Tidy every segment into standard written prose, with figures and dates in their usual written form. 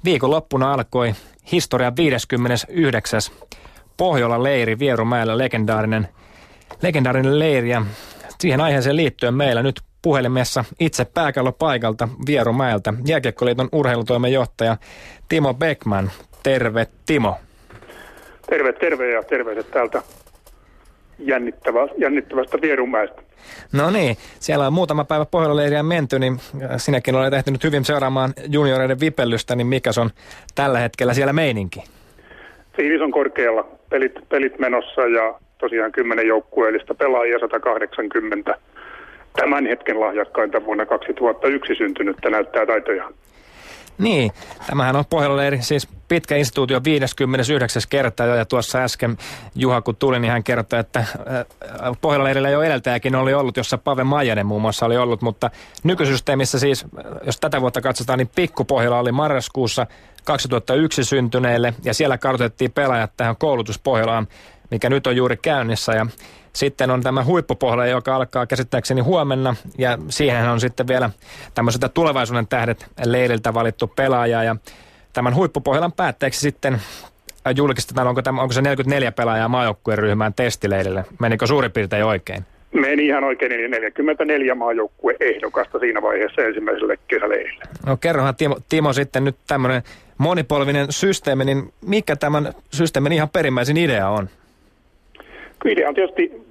Viikonloppuna alkoi historian 59. Pohjolan leiri Vierumäellä, legendaarinen leiri, ja siihen aiheeseen liittyen meillä nyt puhelimessa itse pääkallopaikalta Vierumäeltä Jääkiekkoliiton urheilutoimenjohtaja Timo Beckman. Terve, Timo. Terve ja terveiset täältä jännittävästä Vierumäestä. No niin, siellä on muutama päivä Pohjola-leiriä menty, niin sinäkin olet ehtinyt hyvin seuraamaan junioreiden vipellystä, niin mikäs on tällä hetkellä siellä meininki? Fiilis on korkealla, pelit menossa ja tosiaan 10 joukkueellista pelaajia, 180. Tämän hetken lahjakkainta vuonna 2001 syntynyttä näyttää taitojaan. Niin, tämähän on Pohjola-leiri, siis pitkä instituutio 59. kerta jo, ja tuossa äsken Juha kun tuli, niin hän kertoi, että Pohjola-leirillä jo edeltäjäkin oli ollut, jossa Pave Maijanen muun muassa oli ollut, mutta nykysysteemissä siis, jos tätä vuotta katsotaan, niin Pikku-Pohjola oli marraskuussa 2001 syntyneille, ja siellä kartoitettiin pelaajat tähän koulutuspohjolaan, mikä nyt on juuri käynnissä, ja sitten on tämä Huippu-Pohjola, joka alkaa käsittääkseni huomenna, ja siihen on sitten vielä tämmöiseltä tulevaisuuden tähdet leiriltä valittu pelaaja, ja tämän Huippu-Pohjolan päätteeksi sitten julkistetaan, onko se 44 pelaajaa maajoukkueen ryhmään testileirille. Menikö suurin piirtein oikein? Meni ihan oikein, eli 44 maajoukkueehdokasta siinä vaiheessa ensimmäiselle kesäleirille. No kerrohan Timo sitten nyt tämmöinen monipolvinen systeemi, niin mikä tämän systeemin ihan perimmäisin idea on? Idea on tietysti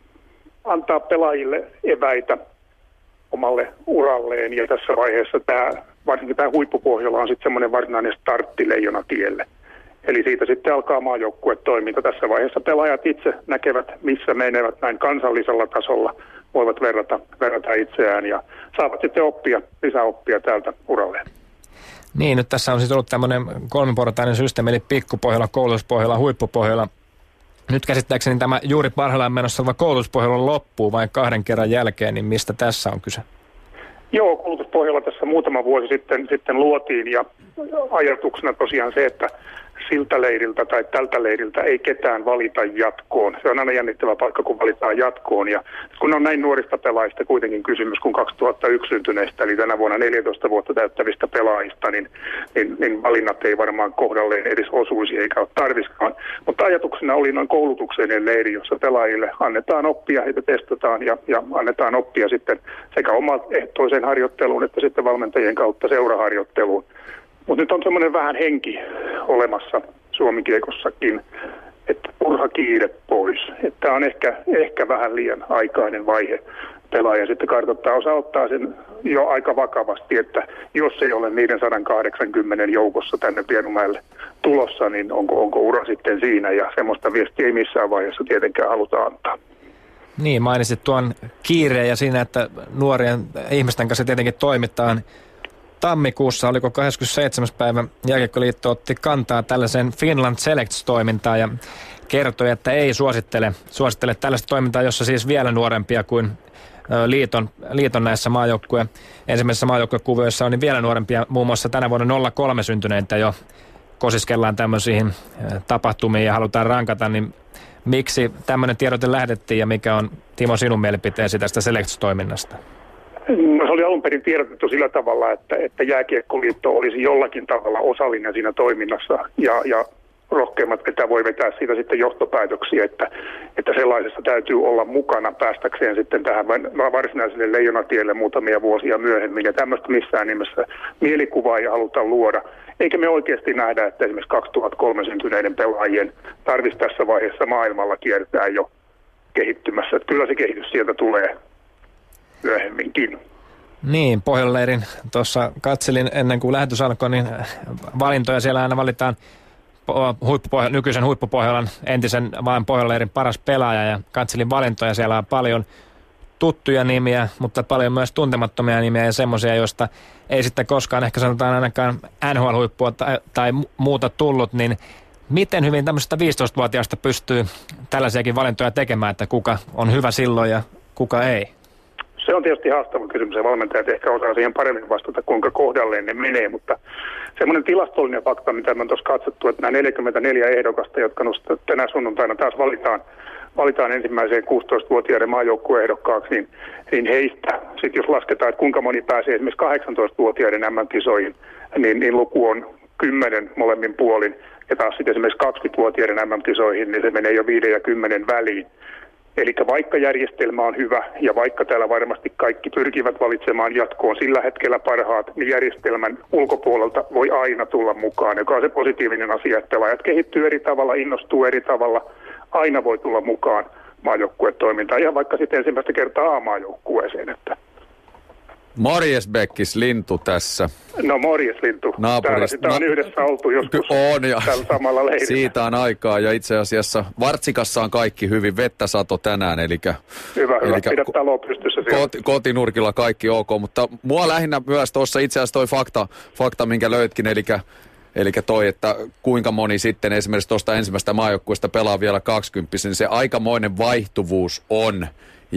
antaa pelaajille eväitä omalle uralleen, ja tässä vaiheessa varsinkin tämä Huippu-Pohjola on sitten semmoinen varsinainen startti Leijonatielle. Eli siitä sitten alkaa maajoukkuetoiminta. Tässä vaiheessa pelaajat itse näkevät, missä menevät näin kansallisella tasolla, voivat verrata itseään ja saavat sitten lisäoppia täältä uralleen. Niin, nyt tässä on siis ollut tämmöinen kolmiportainen systeemi, eli Pikku-Pohjola, Koulutuspohjola, Huippu-Pohjola. Nyt käsittääkseni tämä juuri parhaillaan menossa oleva Koulutuspohjola loppuu vain 2 kerran jälkeen, niin mistä tässä on kyse? Joo, Koulutuspohjola tässä muutama vuosi sitten luotiin, ja ajatuksena tosiaan se, että siltä leiriltä tai tältä leiriltä ei ketään valita jatkoon. Se on aina jännittävä paikka, kun valitaan jatkoon. Ja kun on näin nuorista pelaajista kuitenkin kysymys kuin 2001 syntyneistä, eli tänä vuonna 14 vuotta täyttävistä pelaajista, niin valinnat ei varmaan kohdalleen edes osuisi eikä ole tarviskaan. Mutta ajatuksena oli noin koulutuksellinen leiri, jossa pelaajille annetaan oppia, heitä testataan ja annetaan oppia sitten sekä omaehtoiseen harjoitteluun että sitten valmentajien kautta seuraharjoitteluun. Mutta nyt on semmoinen vähän henki olemassa Suomi-kiekossakin, että turha kiire pois. Tämä on ehkä vähän liian aikainen vaihe. Pelaaja sitten kartoittaa, osa ottaa sen jo aika vakavasti, että jos ei ole niiden 180 joukossa tänne Vierumäelle tulossa, niin onko ura sitten siinä, ja semmoista viestiä ei missään vaiheessa tietenkään haluta antaa. Niin, mainitsit tuon kiireen ja siinä, että nuorien ihmisten kanssa tietenkin toimitaan. Tammikuussa, oliko 27. päivä, Jääkiekkoliitto otti kantaa tällaiseen Finland Selects-toimintaan ja kertoi, että ei suosittele tällaista toimintaa, jossa siis vielä nuorempia kuin liiton näissä ensimmäisissä maajoukkuekuvioissa on, niin vielä nuorempia, muun muassa tänä vuonna 03 syntyneitä jo kosiskellaan tämmöisiin tapahtumiin ja halutaan rankata, niin miksi tämmöinen tiedote lähdettiin ja mikä on, Timo, sinun mielipiteesi tästä Selects-toiminnasta? No, se oli alun perin tiedotettu sillä tavalla, että Jääkiekkoliitto olisi jollakin tavalla osallinen siinä toiminnassa ja rohkeimmat voi vetää siitä sitten johtopäätöksiä, että sellaisessa täytyy olla mukana päästäkseen sitten tähän varsinaiselle Leijonatielle muutamia vuosia myöhemmin, ja tämmöistä missään nimessä mielikuvaa ei haluta luoda. Eikä me oikeasti nähdä, että esimerkiksi 2003 syntyneiden pelaajien tarvitsisi tässä vaiheessa maailmalla kiertää jo kehittymässä. Että kyllä se kehitys sieltä tulee myöhemminkin. Niin, Pohjola-leirin tuossa katselin ennen kuin lähetys alkoi, niin valintoja siellä aina valitaan nykyisen Huippu-Pohjolan, entisen vain Pohjola-leirin paras pelaaja, ja katselin valintoja, siellä on paljon tuttuja nimiä, mutta paljon myös tuntemattomia nimiä ja semmoisia, joista ei sitten koskaan ehkä sanotaan ainakaan NHL-huippua tai muuta tullut, niin miten hyvin tämmöisestä 15-vuotiaasta pystyy tällaisiakin valintoja tekemään, että kuka on hyvä silloin ja kuka ei? Se on tietysti haastava kysymys, ja valmentajat ehkä osaa siihen paremmin vastata, kuinka kohdalleen ne menee, mutta semmoinen tilastollinen fakta, mitä me on tuossa katsottu, että nämä 44 ehdokasta, jotka tänä sunnuntaina taas valitaan ensimmäiseen 16-vuotiaiden maajoukkueehdokkaaksi, niin heistä, sitten jos lasketaan, että kuinka moni pääsee esimerkiksi 18-vuotiaiden MM-kisoihin, niin luku on 10 molemmin puolin. Ja taas sitten esimerkiksi 20-vuotiaiden MM-kisoihin, niin se menee jo 5 ja 10 väliin. Eli vaikka järjestelmä on hyvä ja vaikka täällä varmasti kaikki pyrkivät valitsemaan jatkoon sillä hetkellä parhaat, niin järjestelmän ulkopuolelta voi aina tulla mukaan, joka on se positiivinen asia, että pelaajat kehittyy eri tavalla, innostuu eri tavalla, aina voi tulla mukaan maajoukkuetoimintaan, ihan vaikka sitten ensimmäistä kertaa A-maajoukkueeseen. Että. Morjes Bekkis, Lintu tässä. No morjes Lintu. Täällä sitä on yhdessä oltu joskus on, ja tällä samalla leirillä. Siitä on aikaa ja itse asiassa Vartsikassa on kaikki hyvin, vettä sato tänään. Hyvä, pidä talo pystyssä siellä. Kotinurkilla kaikki ok, mutta mua lähinnä myös tuossa itse asiassa toi fakta minkä löytkin, eli toi, että kuinka moni sitten esimerkiksi tuosta ensimmäistä maajoukkueesta pelaa vielä 20, niin se aikamoinen vaihtuvuus on.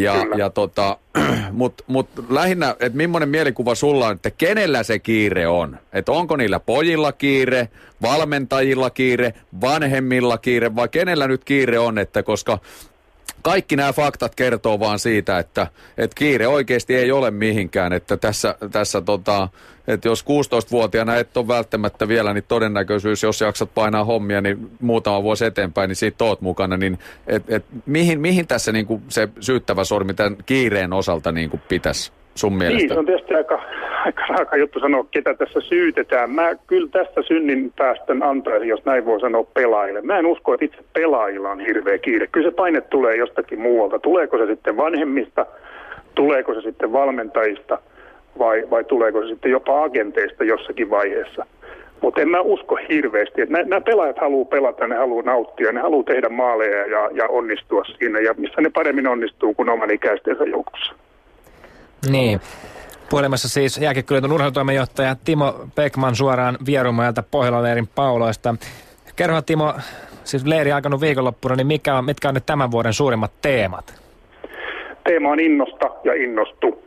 Mut lähinnä, että millainen mielikuva sulla on, että kenellä se kiire on? Että onko niillä pojilla kiire, valmentajilla kiire, vanhemmilla kiire vai kenellä nyt kiire on? Että koska kaikki nämä faktat kertoo vaan siitä, että kiire oikeasti ei ole mihinkään. Että tässä että jos 16-vuotiaana et ole välttämättä vielä, niin todennäköisyys, jos jaksat painaa hommia, niin muutama vuosi eteenpäin, niin siitä oot mukana. Niin mihin tässä niin kuin se syyttävä sormi tämän kiireen osalta niin kuin pitäisi sun mielestä? Niin, se on tietysti aika raaka juttu sanoa, ketä tässä syytetään. Mä kyllä tästä synnin päästön antaisin, jos näin voi sanoa pelaajille. Mä en usko, että itse pelaajilla on hirveä kiire. Kyllä se paine tulee jostakin muualta. Tuleeko se sitten vanhemmista, tuleeko se sitten valmentajista vai tuleeko se sitten jopa agenteista jossakin vaiheessa. Mutta en mä usko hirveästi, että nämä pelaajat haluaa pelata, ne haluaa nauttia, ne haluaa tehdä maaleja ja onnistua siinä. Ja missä ne paremmin onnistuu kuin oman ikäistensä joukossa. Niin. Puhelimessa siis Jääkiekkoliiton urheilutoimenjohtaja Timo Beckman suoraan Vierumäeltä Pohjola-leirin pauloista. Kerro Timo, siis leiri alkanut viikonloppuna, niin mitkä on nyt tämän vuoden suurimmat teemat? Teema on innosta ja innostu.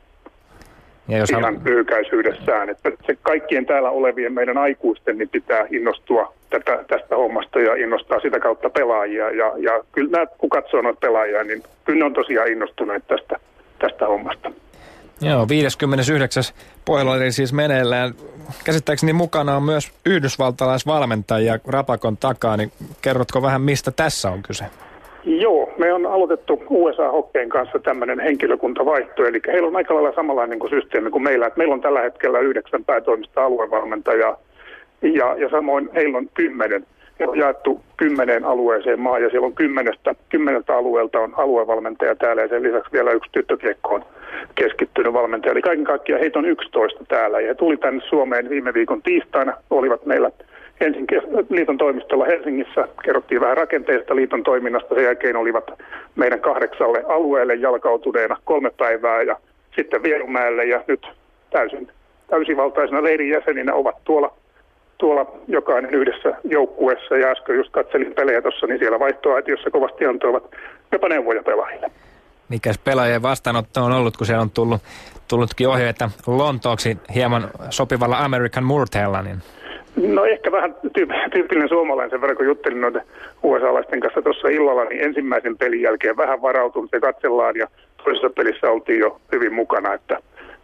Ja jos ihan lyhykäisyydessään, että se kaikkien täällä olevien meidän aikuisten niin pitää innostua tästä hommasta ja innostaa sitä kautta pelaajia. Ja kyllä kun katsoo noita pelaajia, niin kyllä ne on tosiaan innostuneet tästä hommasta. Joo, 59. Pohjola-leiri siis meneillään. Käsittääkseni mukana on myös yhdysvaltalaisvalmentajia Rapakon takaa, niin kerrotko vähän mistä tässä on kyse? Joo, me on aloitettu USA-hokkeen kanssa tämmöinen henkilökuntavaihto, eli heillä on aika lailla samanlainen kuin systeemi kuin meillä. Että meillä on tällä hetkellä 9 päätoimista aluevalmentajaa ja samoin heillä on 10. He on jaettu 10 alueeseen maan ja siellä on 10 alueelta on aluevalmentaja täällä ja sen lisäksi vielä 1 tyttökiekkoon keskittynyt valmentaja. Eli kaiken kaikkiaan heitä on 11 täällä ja he tuli tänne Suomeen viime viikon tiistaina, olivat meillä liiton toimistolla Helsingissä, kerrottiin vähän rakenteesta liiton toiminnasta, sen jälkeen olivat meidän 8 alueelle jalkautuneena 3 päivää ja sitten Vierumäelle ja nyt täysivaltaisena leirin jäseninä ovat tuolla jokainen yhdessä joukkueessa ja äsken just katselin pelejä tuossa, niin siellä vaihtoaitiossa kovasti antoivat jopa neuvoja pelaajille. Mikäs pelaajien vastaanotto on ollut, kun siellä on tullutkin ohjeita Lontooksi hieman sopivalla American Murteella, niin... No ehkä vähän tyypillinen suomalainen sen verran, kun juttelin noiden USA-laisten kanssa tuossa illalla, niin ensimmäisen pelin jälkeen vähän varautunut ja katsellaan ja toisessa pelissä oltiin jo hyvin mukana, että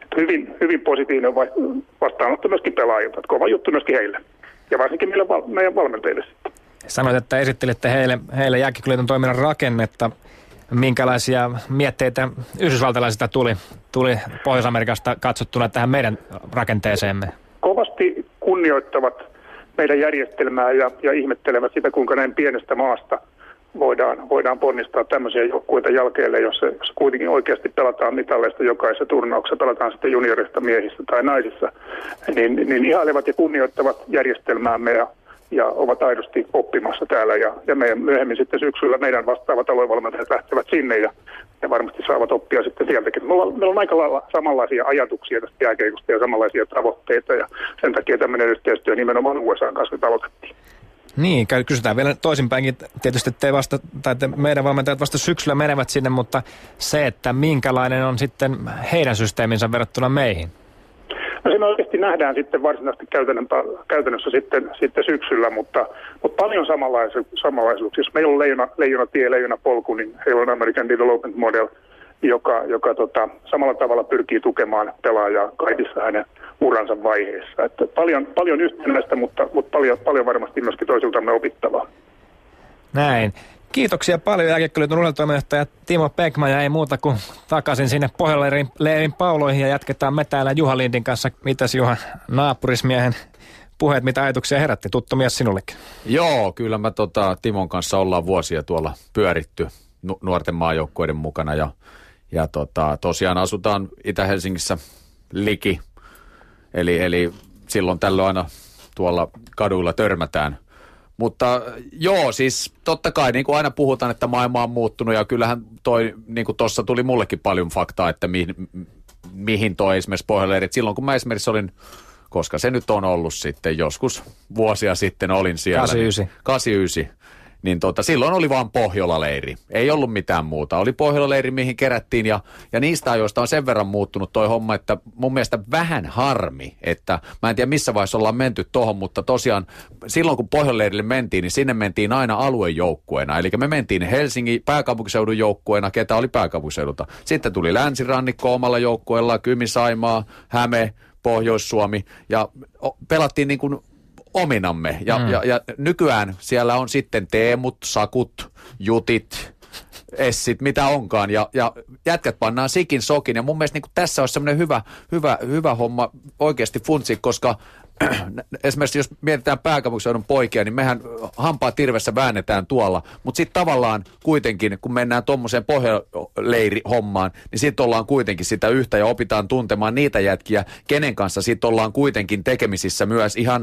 hyvin positiivinen vastaanotto myöskin pelaajilta, että kova juttu myöskin heille ja varsinkin meidän valmentajille sitten. Sanoit, että esittelitte heille Jääkiekkoliiton toiminnan rakennetta. Minkälaisia mietteitä yhdysvaltalaisista tuli Pohjois-Amerikasta katsottuna tähän meidän rakenteeseemme? Kovasti kunnioittavat meidän järjestelmää ja ihmettelevät sitä, kuinka näin pienestä maasta voidaan ponnistaa tämmöisiä joukkueita jälkeelle, jos kuitenkin oikeasti pelataan mitalleista jokaisessa turnauksessa, pelataan sitten juniorista miehissä tai naisissa, niin ihailevat ja kunnioittavat järjestelmäämme ja ovat aidosti oppimassa täällä. Ja meidän myöhemmin sitten syksyllä meidän vastaavat aluevalmentajat lähtevät sinne ja varmasti saavat oppia sitten sieltäkin. Meillä on aika lailla samanlaisia ajatuksia tästä jääkiekosta ja samanlaisia tavoitteita ja sen takia tämmöinen yhteistyö nimenomaan USA:n kanssa aloitettiin. Niin, kysytään vielä toisinpäinkin. Tietysti meidän valmentajat vasta syksyllä menevät sinne, mutta se, että minkälainen on sitten heidän systeeminsä verrattuna meihin? No se me oikeasti nähdään sitten varsinaisesti käytännössä sitten syksyllä, mutta paljon samanlaisuuksia. Jos meillä on leijona tie, leijona polku, niin heillä on American Development Model, joka samalla tavalla pyrkii tukemaan pelaajaa kaikissa hänen uransa vaiheissa. Että paljon yhtenäistä, mutta paljon varmasti myöskin toisiltamme opittavaa. Näin. Kiitoksia paljon Jääkiekkoliiton urheilutoimijohtaja Timo Pekman, ja ei muuta kuin takaisin sinne Pohjola-leirin pauloihin ja jatketaan me täällä Juha Lindin kanssa. Mitäs Juha, naapurismiehen puheet, mitä ajatuksia herätti? Tuttu mies sinullekin. Joo, kyllä mä Timon kanssa ollaan vuosia tuolla pyöritty nuorten maajoukkueiden mukana ja tosiaan asutaan Itä-Helsingissä liki, eli silloin tällöin aina tuolla kaduilla törmätään. Mutta joo, siis totta kai niin kuin aina puhutaan, että maailma on muuttunut ja kyllähän toi, niin kuin tuossa tuli mullekin paljon faktaa, että mihin toi esimerkiksi Pohjola-leirit. Silloin kun mä esimerkiksi olin, koska se nyt on ollut sitten joskus vuosia sitten olin siellä. 89. Niin silloin oli vaan Pohjola-leiri. Ei ollut mitään muuta. Oli Pohjola-leiri, mihin kerättiin ja niistä ajoista on sen verran muuttunut toi homma, että mun mielestä vähän harmi, että mä en tiedä missä vaiheessa ollaan menty tohon, mutta tosiaan silloin kun Pohjola-leirille mentiin, niin sinne mentiin aina aluejoukkueena. Eli me mentiin Helsingin pääkaupunkiseudun joukkueena, ketä oli pääkaupunkiseudulta. Sitten tuli Länsirannikko omalla joukkueella, Kymi-Saimaa, Häme, Pohjois-Suomi ja pelattiin niin kuin ominamme. Ja nykyään siellä on sitten Teemut, Sakut, Jutit, Essit, mitä onkaan. Ja jätkät pannaan sikin sokin. Ja mun mielestä niin tässä olisi semmoinen hyvä homma oikeasti funtsi, koska esimerkiksi jos mietitään pääkaupunkiseudun poikia, niin mehän hampaa tirvessä väännetään tuolla. Mutta sitten tavallaan kuitenkin, kun mennään tuommoiseen pohjaleiri-hommaan, niin sitten ollaan kuitenkin sitä yhtä ja opitaan tuntemaan niitä jätkiä, kenen kanssa sitten ollaan kuitenkin tekemisissä myös ihan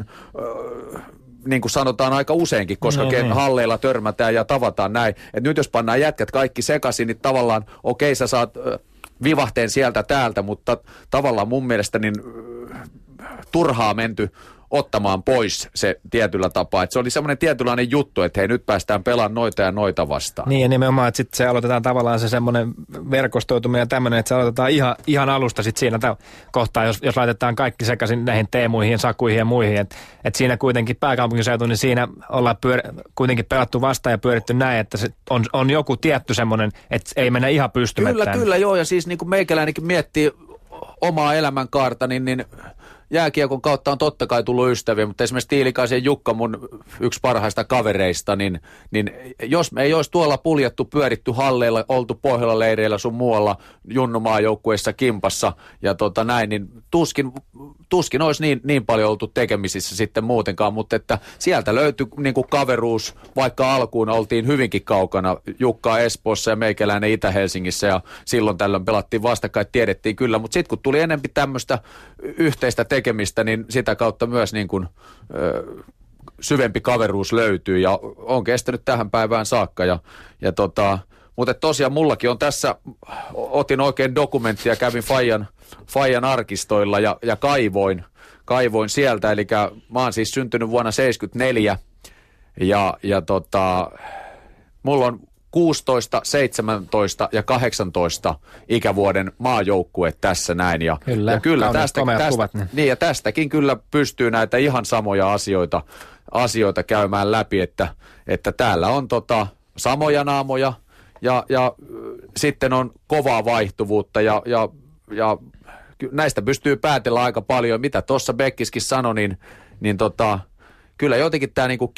niin kuin sanotaan aika useinkin, koska halleilla törmätään ja tavataan näin. Et nyt jos pannaan jätkät kaikki sekaisin, niin tavallaan okei, sä saat vivahteen sieltä täältä, mutta tavallaan mun mielestä niin turhaa menty ottamaan pois se tietyllä tapaa. Että se oli semmoinen tietynlainen juttu, että hei, nyt päästään pelaamaan noita ja noita vastaan. Niin ja nimenomaan, että sitten se aloitetaan tavallaan se semmoinen verkostoituminen ja tämmöinen, että se aloitetaan ihan alusta sitten siinä kohtaa, jos laitetaan kaikki sekaisin näihin teemuihin, sakuihin ja muihin. Että siinä kuitenkin pääkaupunkiseutu, niin siinä ollaan kuitenkin pelattu vastaan ja pyöritty näin, että se on joku tietty semmoinen, että ei mennä ihan pystymättä. Kyllä, joo. Ja siis niin kuin meikäläinenkin miettii omaa elämänkaarta, niin jääkiekon kautta on totta kai tullut ystäviä, mutta esimerkiksi Tiilikaisen Jukka, mun yksi parhaista kavereista, niin jos me ei olisi tuolla puljettu, pyöritty halleilla, oltu Pohjola-leireillä sun muualla junnumaajoukkueessa kimpassa ja näin, niin tuskin olisi niin paljon oltu tekemisissä sitten muutenkaan, mutta että sieltä löytyi niin kuin kaveruus, vaikka alkuun oltiin hyvinkin kaukana, Jukka Espoossa ja meikäläinen Itä-Helsingissä ja silloin tällöin pelattiin vastakkain, tiedettiin kyllä, mutta sitten kun tuli enemmän tämmöistä yhteistä tekemistä, niin sitä kautta myös niin kuin, syvempi kaveruus löytyy ja on kestänyt tähän päivään saakka. Mutta tosiaan mullakin on tässä, otin oikein dokumenttia, kävin Fajan arkistoilla ja kaivoin sieltä, eli mä oon siis syntynyt vuonna 1974 ja mulla on 16, 17 ja 18 ikävuoden maajoukkue tässä näin. Ja kyllä tästäkin kyllä pystyy näitä ihan samoja asioita käymään läpi, että täällä on samoja naamoja ja sitten on kovaa vaihtuvuutta ja näistä pystyy päätellä aika paljon. Mitä tuossa Beckiskin sanoi, niin kyllä jotenkin tämä niinku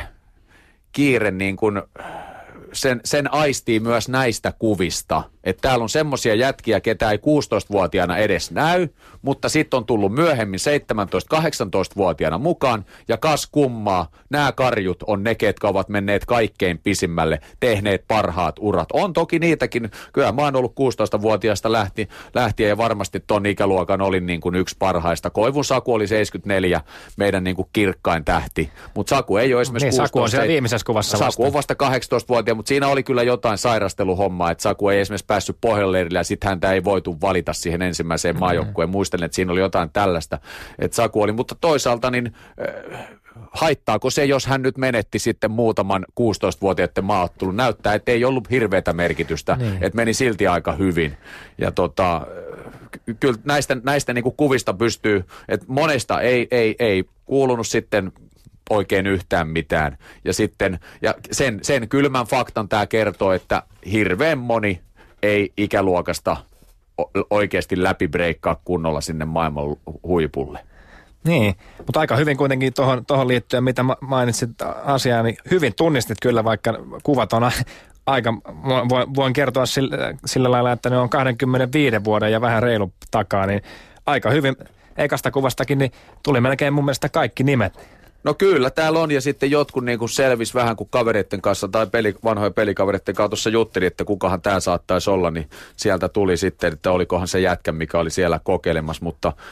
kiire niin kuin sen aistii myös näistä kuvista. Että täällä on semmoisia jätkiä, ketä ei 16-vuotiaana edes näy, mutta sitten on tullut myöhemmin 17-18-vuotiaana mukaan, ja kas kummaa, nämä karjut on ne, ketkä ovat menneet kaikkein pisimmälle, tehneet parhaat urat. On toki niitäkin, kyllä mä oon ollut 16-vuotiaasta lähtien, ja varmasti ton ikäluokan olin niin kuin yksi parhaista. Koivun Saku oli 74, meidän niin kuin kirkkain tähti, mutta Saku ei ole esimerkiksi 16. Saku on siellä viimeisessä kuvassa vasta. Saku on vasta 18-vuotia, mutta siinä oli kyllä jotain sairasteluhommaa, että Saku ei esimerkiksi päässyt Pohjola-leirille ja sitten häntä ei voitu valita siihen ensimmäiseen maajoukkueen. Muistelen, että siinä oli jotain tällaista, että Saku oli, mutta toisaalta niin haittaako se, jos hän nyt menetti sitten muutaman 16-vuotiaiden maaottelun? Näyttää, että ei ollut hirveätä merkitystä, että meni silti aika hyvin. Ja kyllä näistä niin kuin kuvista pystyy, että monesta ei kuulunut sitten oikein yhtään mitään. Ja sitten sen kylmän faktan tämä kertoo, että hirveän moni ei ikäluokasta oikeasti läpibreikkaa kunnolla sinne maailman huipulle. Niin, mutta aika hyvin kuitenkin tuohon liittyen, mitä mainitsit asiaa, niin hyvin tunnistit kyllä, vaikka kuvat on aika, voin kertoa sillä lailla, että ne on 25 vuoden ja vähän reilu takaa, niin aika hyvin ekasta kuvastakin niin tuli melkein mun mielestä kaikki nimet. No kyllä, täällä on, ja sitten jotkut niin kuin selvisi vähän kuin kavereiden kanssa, tai vanhojen pelikavereiden kanssa tuossa jutteli, että kukahan tämä saattaisi olla, niin sieltä tuli sitten, että olikohan se jätkä, mikä oli siellä kokeilemassa,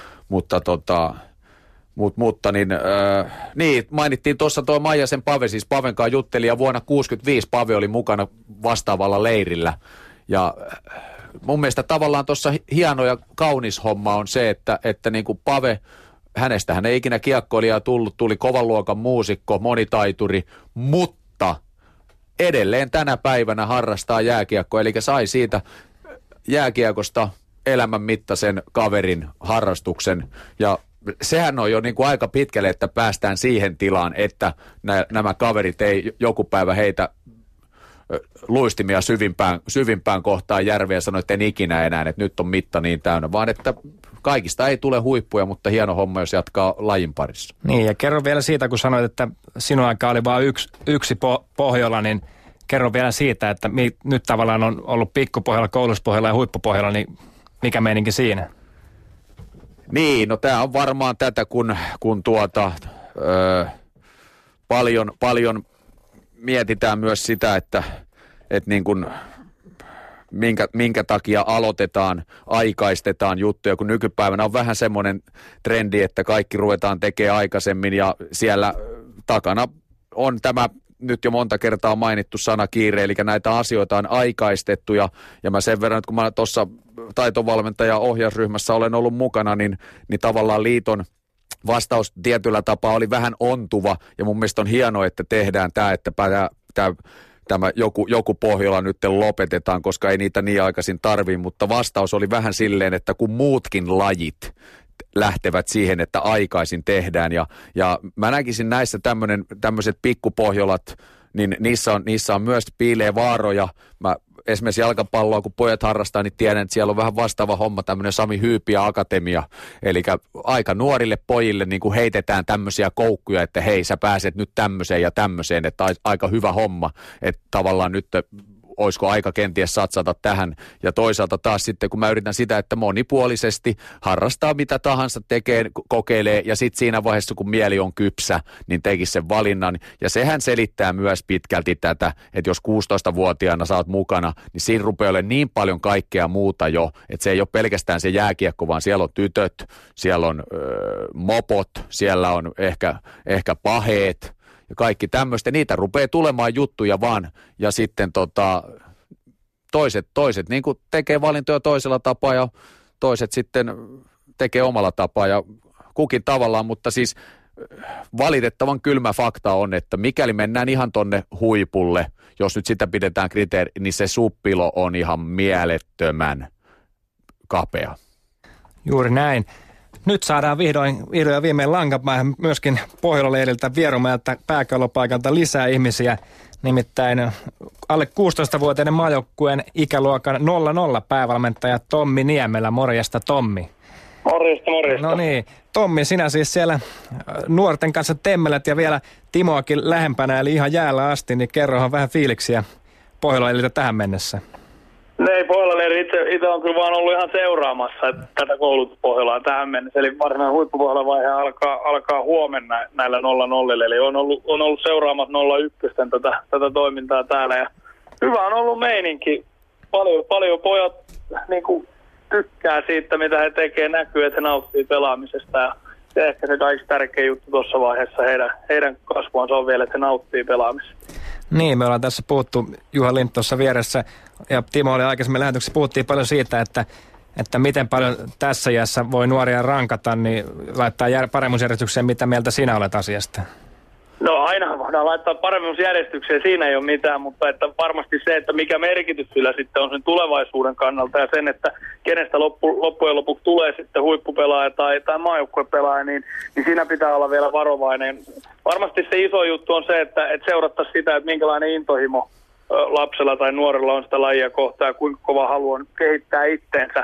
mutta niin, mainittiin tuossa tuo Maijasen Pave, siis Paven kanssa jutteli, ja vuonna 1965 Pave oli mukana vastaavalla leirillä, ja mun mielestä tavallaan tuossa hieno ja kaunis homma on se, että niin kuin Pave, hänestähän ei ikinä kiekkoilijaa tullut, tuli kovan luokan muusikko, monitaituri, mutta edelleen tänä päivänä harrastaa jääkiekkoa, eli sai siitä jääkiekosta elämän mittaisen kaverin harrastuksen, ja sehän on jo niin kuin aika pitkälle, että päästään siihen tilaan, että nämä kaverit ei joku päivä heitä luistimia syvimpään kohtaan järveä ja sanoi, että en ikinä enää, että nyt on mitta niin täynnä, vaan että kaikista ei tule huippuja, mutta hieno homma, jos jatkaa lajin parissa. Niin, ja kerro vielä siitä, kun sanoit, että sinun aikaa oli vain yksi Pohjola, niin kerro vielä siitä, että nyt tavallaan on ollut pikkupohjalla, Kouluspohjalla ja huippupohjalla, niin mikä meininki siinä? Niin, no tämä on varmaan tätä, kun paljon mietitään myös sitä, että niin kuin minkä takia aikaistetaan juttuja, kun nykypäivänä on vähän semmoinen trendi, että kaikki ruvetaan tekemään aikaisemmin, ja siellä takana on tämä nyt jo monta kertaa mainittu sana kiire, eli näitä asioita on aikaistettu, ja mä sen verran, että kun mä tuossa taitovalmentaja ohjausryhmässä olen ollut mukana, niin tavallaan liiton vastaus tietyllä tapaa oli vähän ontuva, ja mun mielestä on hienoa, että tehdään tämä, että tämä joku Pohjola nyt lopetetaan, koska ei niitä niin aikaisin tarvii, mutta vastaus oli vähän silleen, että kun muutkin lajit lähtevät siihen, että aikaisin tehdään, ja mä näkisin näissä tämmöiset pikkupohjolat, niin niissä on myös piilee vaaroja. Mä esimerkiksi jalkapalloa, kun pojat harrastaa, niin tiedän, että siellä on vähän vastaava homma, tämmöinen Sami Hyypiä Akatemia. Eli aika nuorille pojille niin kuin heitetään tämmöisiä koukkuja, että hei, sä pääset nyt tämmöiseen ja tämmöiseen, että aika hyvä homma, että tavallaan nyt olisiko aika kenties satsata tähän. Ja toisaalta taas sitten, kun mä yritän sitä, että monipuolisesti harrastaa mitä tahansa, kokeilee, ja sitten siinä vaiheessa, kun mieli on kypsä, niin tekisi sen valinnan. Ja sehän selittää myös pitkälti tätä, että jos 16-vuotiaana sä oot mukana, niin siinä rupeaa olemaan niin paljon kaikkea muuta jo, että se ei ole pelkästään se jääkiekko, vaan siellä on tytöt, siellä on mopot, siellä on ehkä paheet, ja kaikki tämmöistä, niitä rupeaa tulemaan juttuja vaan, ja sitten toiset niin kuin tekee valintoja toisella tapaa, ja toiset sitten tekee omalla tapaa, ja kukin tavallaan, mutta siis valitettavan kylmä fakta on, että mikäli mennään ihan tonne huipulle, jos nyt sitä pidetään kriteeri, niin se suppilo on ihan mielettömän kapea. Juuri näin. Nyt saadaan vihdoin ja viimein Lankanpäähän myöskin Pohjola-leiriltä Vierumäeltä pääkallopaikalta lisää ihmisiä. Nimittäin alle 16-vuotiaiden maajoukkueen ikäluokan 00 päävalmentaja Tommi Niemelä. Morjesta, Tommi. Morjesta. No niin, Tommi, sinä siis siellä nuorten kanssa temmelät ja vielä Timoakin lähempänä, eli ihan jäällä asti, niin kerrohan vähän fiiliksiä Pohjola-leiriltä tähän mennessä. Ei, Pohjola-leiri itse on kyllä vaan ollut ihan seuraamassa tätä koulutuspohjolaa tähän mennessä. Eli varsinainen huippupohjolavaihe alkaa huomenna näillä 0-0. Eli on ollut seuraamat 0-1 tätä toimintaa täällä. Ja hyvä on ollut meininki. Paljon pojat niin kuin tykkää siitä, mitä he tekee, näkyy, että he nauttii pelaamisesta. Ja se ehkä se kaikista tärkein juttu tuossa vaiheessa heidän kasvuansa on vielä, että he nauttii pelaamisesta. Niin, me ollaan tässä puhuttu, Juha Lind tuossa vieressä, ja Timo oli aikaisemmin lähetyksessä, puhuttiin paljon siitä, että miten paljon tässä iässä voi nuoria rankata, niin laittaa paremmuusjärjestykseen, mitä mieltä sinä olet asiasta? No aina voidaan laittaa paremmuusjärjestykseen, siinä ei ole mitään, mutta että varmasti se, että mikä merkitys sillä sitten on sen tulevaisuuden kannalta ja sen, että kenestä loppujen lopuksi tulee sitten huippupelaaja tai maajoukkuepelaaja, niin siinä pitää olla vielä varovainen. Varmasti se iso juttu on se, että seurattaisiin sitä, että minkälainen intohimo lapsella tai nuorella on sitä lajia kohtaa ja kuinka kova haluaa kehittää itteensä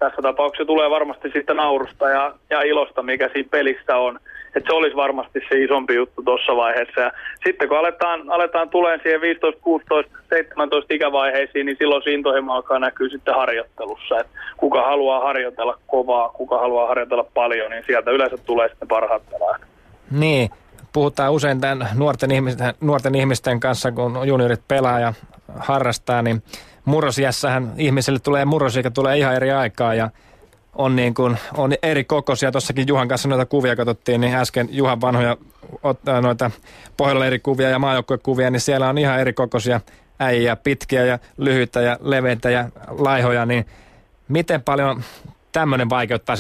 tässä tapauksessa tulee varmasti sitten naurusta ja ilosta, mikä siinä pelissä on. Että se olisi varmasti se isompi juttu tuossa vaiheessa. Ja sitten kun aletaan tulemaan siihen 15, 16, 17 ikävaiheisiin, niin silloin se intohimo alkaa näkyä sitten harjoittelussa. Että kuka haluaa harjoitella kovaa, kuka haluaa harjoitella paljon, niin sieltä yleensä tulee sitten parhaat pelaajat. Niin, puhutaan usein tämän nuorten ihmisten kanssa, kun juniorit pelaa ja harrastaa, niin murrosiässähän ihmisille tulee murrosikä tulee ihan eri aikaa ja on eri kokoisia. Tuossakin Juhan kanssa noita kuvia katsottiin, niin äsken Juhan vanhoja noita Pohjola-leirikuvia ja maajoukkuekuvia, niin siellä on ihan eri kokoisia äijä, pitkiä ja lyhyitä ja leveitä ja laihoja, niin miten paljon tämmöinen vaikeuttaa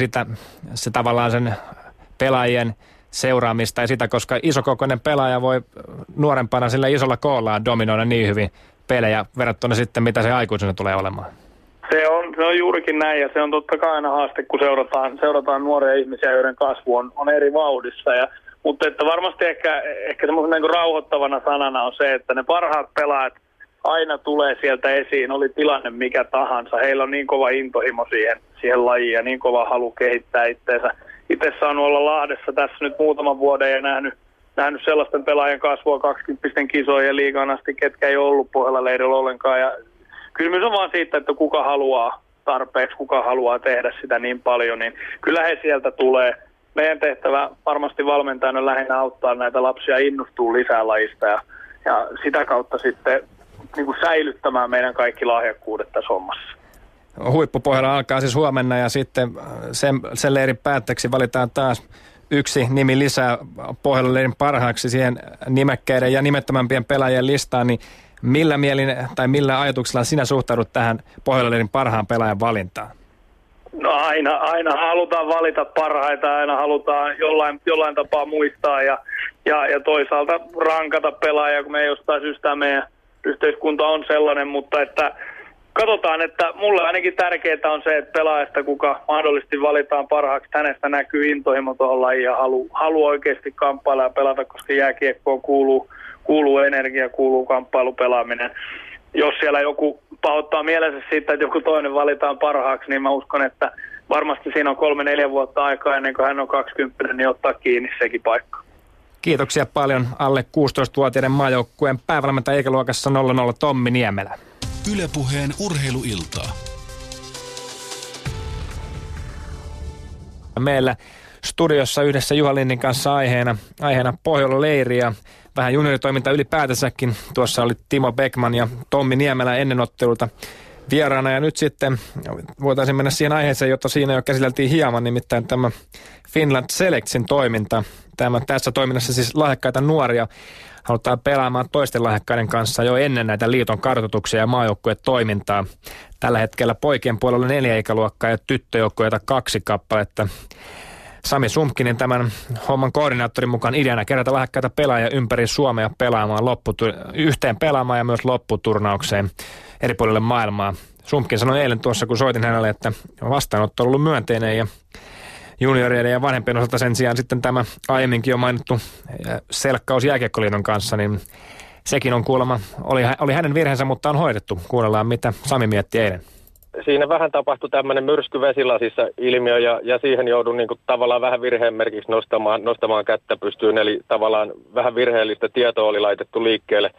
se tavallaan sen pelaajien seuraamista ja sitä, koska isokokoinen pelaaja voi nuorempana sillä isolla koollaan dominoida niin hyvin pelejä verrattuna sitten, mitä se aikuisena tulee olemaan. Se on juurikin näin ja se on totta kai aina haaste, kun seurataan nuoria ihmisiä, joiden kasvu on eri vauhdissa. Mutta että varmasti ehkä semmoisen niin rauhoittavana sanana on se, että ne parhaat pelaajat aina tulee sieltä esiin, oli tilanne mikä tahansa. Heillä on niin kova intohimo siihen lajiin ja niin kova halu kehittää itseensä. Itse saanut olla Lahdessa tässä nyt muutaman vuoden ja nähnyt sellaisten pelaajien kasvua 20 kisojen liigaan asti, ketkä ei ole ollut Pohjola-leirillä ollenkaan. Ja kysymys on vaan siitä, että kuka haluaa tarpeeksi, kuka haluaa tehdä sitä niin paljon, niin kyllä he sieltä tulee. Meidän tehtävä varmasti valmentajana lähinnä auttaa näitä lapsia innostuu lisää lajista ja sitä kautta sitten niin kuin säilyttämään meidän kaikki lahjakkuudet tässä hommassa. Huippupohjalla alkaa siis huomenna ja sitten sen leirin päätteeksi valitaan taas yksi nimi lisää Pohjola-leirin parhaaksi siihen nimekkäiden ja nimettömämpien pelaajien listaan, niin millä mielin tai millä ajatuksella sinä suhtaudut tähän Pohjola-leirin parhaan pelaajan valintaan? No aina halutaan valita parhaita, aina halutaan jollain tapaa muistaa ja toisaalta rankata pelaajia, kun me ei jostain syystä meidän yhteiskunta on sellainen, mutta että katsotaan, että mulle ainakin tärkeää on se, että pelaajasta, kuka mahdollisesti valitaan parhaaksi, hänestä näkyy intohimo tuohon lajiin ja halu oikeasti kamppailla ja pelata, koska jääkiekkoon kuuluu energia, kuuluu kamppailupelaaminen. Jos siellä joku pahoittaa mielensä siitä, että joku toinen valitaan parhaaksi, niin mä uskon, että varmasti siinä on 3-4 vuotta aikaa ennen kuin hän on 20, niin ottaa kiinni sekin paikka. Kiitoksia paljon alle 16-vuotiaiden maajoukkueen päävalmentaja ikäluokassa 00 Tommi Niemelä. Yle Puheen urheiluiltaa. Meillä studiossa yhdessä Juha Linnin kanssa aiheena Pohjola-leiri ja vähän junioritoiminta ylipäätänsäkin. Tuossa oli Timo Beckman ja Tommi Niemelä ennen ottelulta vieraana ja nyt sitten voitaisiin mennä siihen aiheeseen, jota siinä jo käsiteltiin hieman, nimittäin tämä Finland Selectsin toiminta. Tässä toiminnassa siis lahjakkaita nuoria halutaan pelaamaan toisten lahjakkaiden kanssa jo ennen näitä liiton kartoituksia ja maajoukkuetoimintaa. Tällä hetkellä poikien puolella 4 ikäluokkaa ja tyttöjoukkueita 2 kappaletta. Sami Sumpkinen tämän homman koordinaattorin mukaan ideana kerätä lahjakkaita pelaajia ympäri Suomea pelaamaan yhteen pelaamaan ja myös lopputurnaukseen eri puolille maailmaa. Sumpkin sanoi eilen tuossa, kun soitin hänelle, että vastaanotto on ollut myönteinen ja juniorien ja vanhempien osalta sen sijaan sitten tämä aiemminkin jo mainittu selkkaus Jääkiekkoliiton kanssa, niin sekin on kuulemma, oli hänen virheensä, mutta on hoidettu. Kuunnellaan, mitä Sami mietti eilen. Siinä vähän tapahtui tämmöinen myrsky vesilasissa ilmiö ja siihen joudun niin kuin tavallaan vähän virheen merkiksi nostamaan kättä pystyyn. Eli tavallaan vähän virheellistä tietoa oli laitettu liikkeelle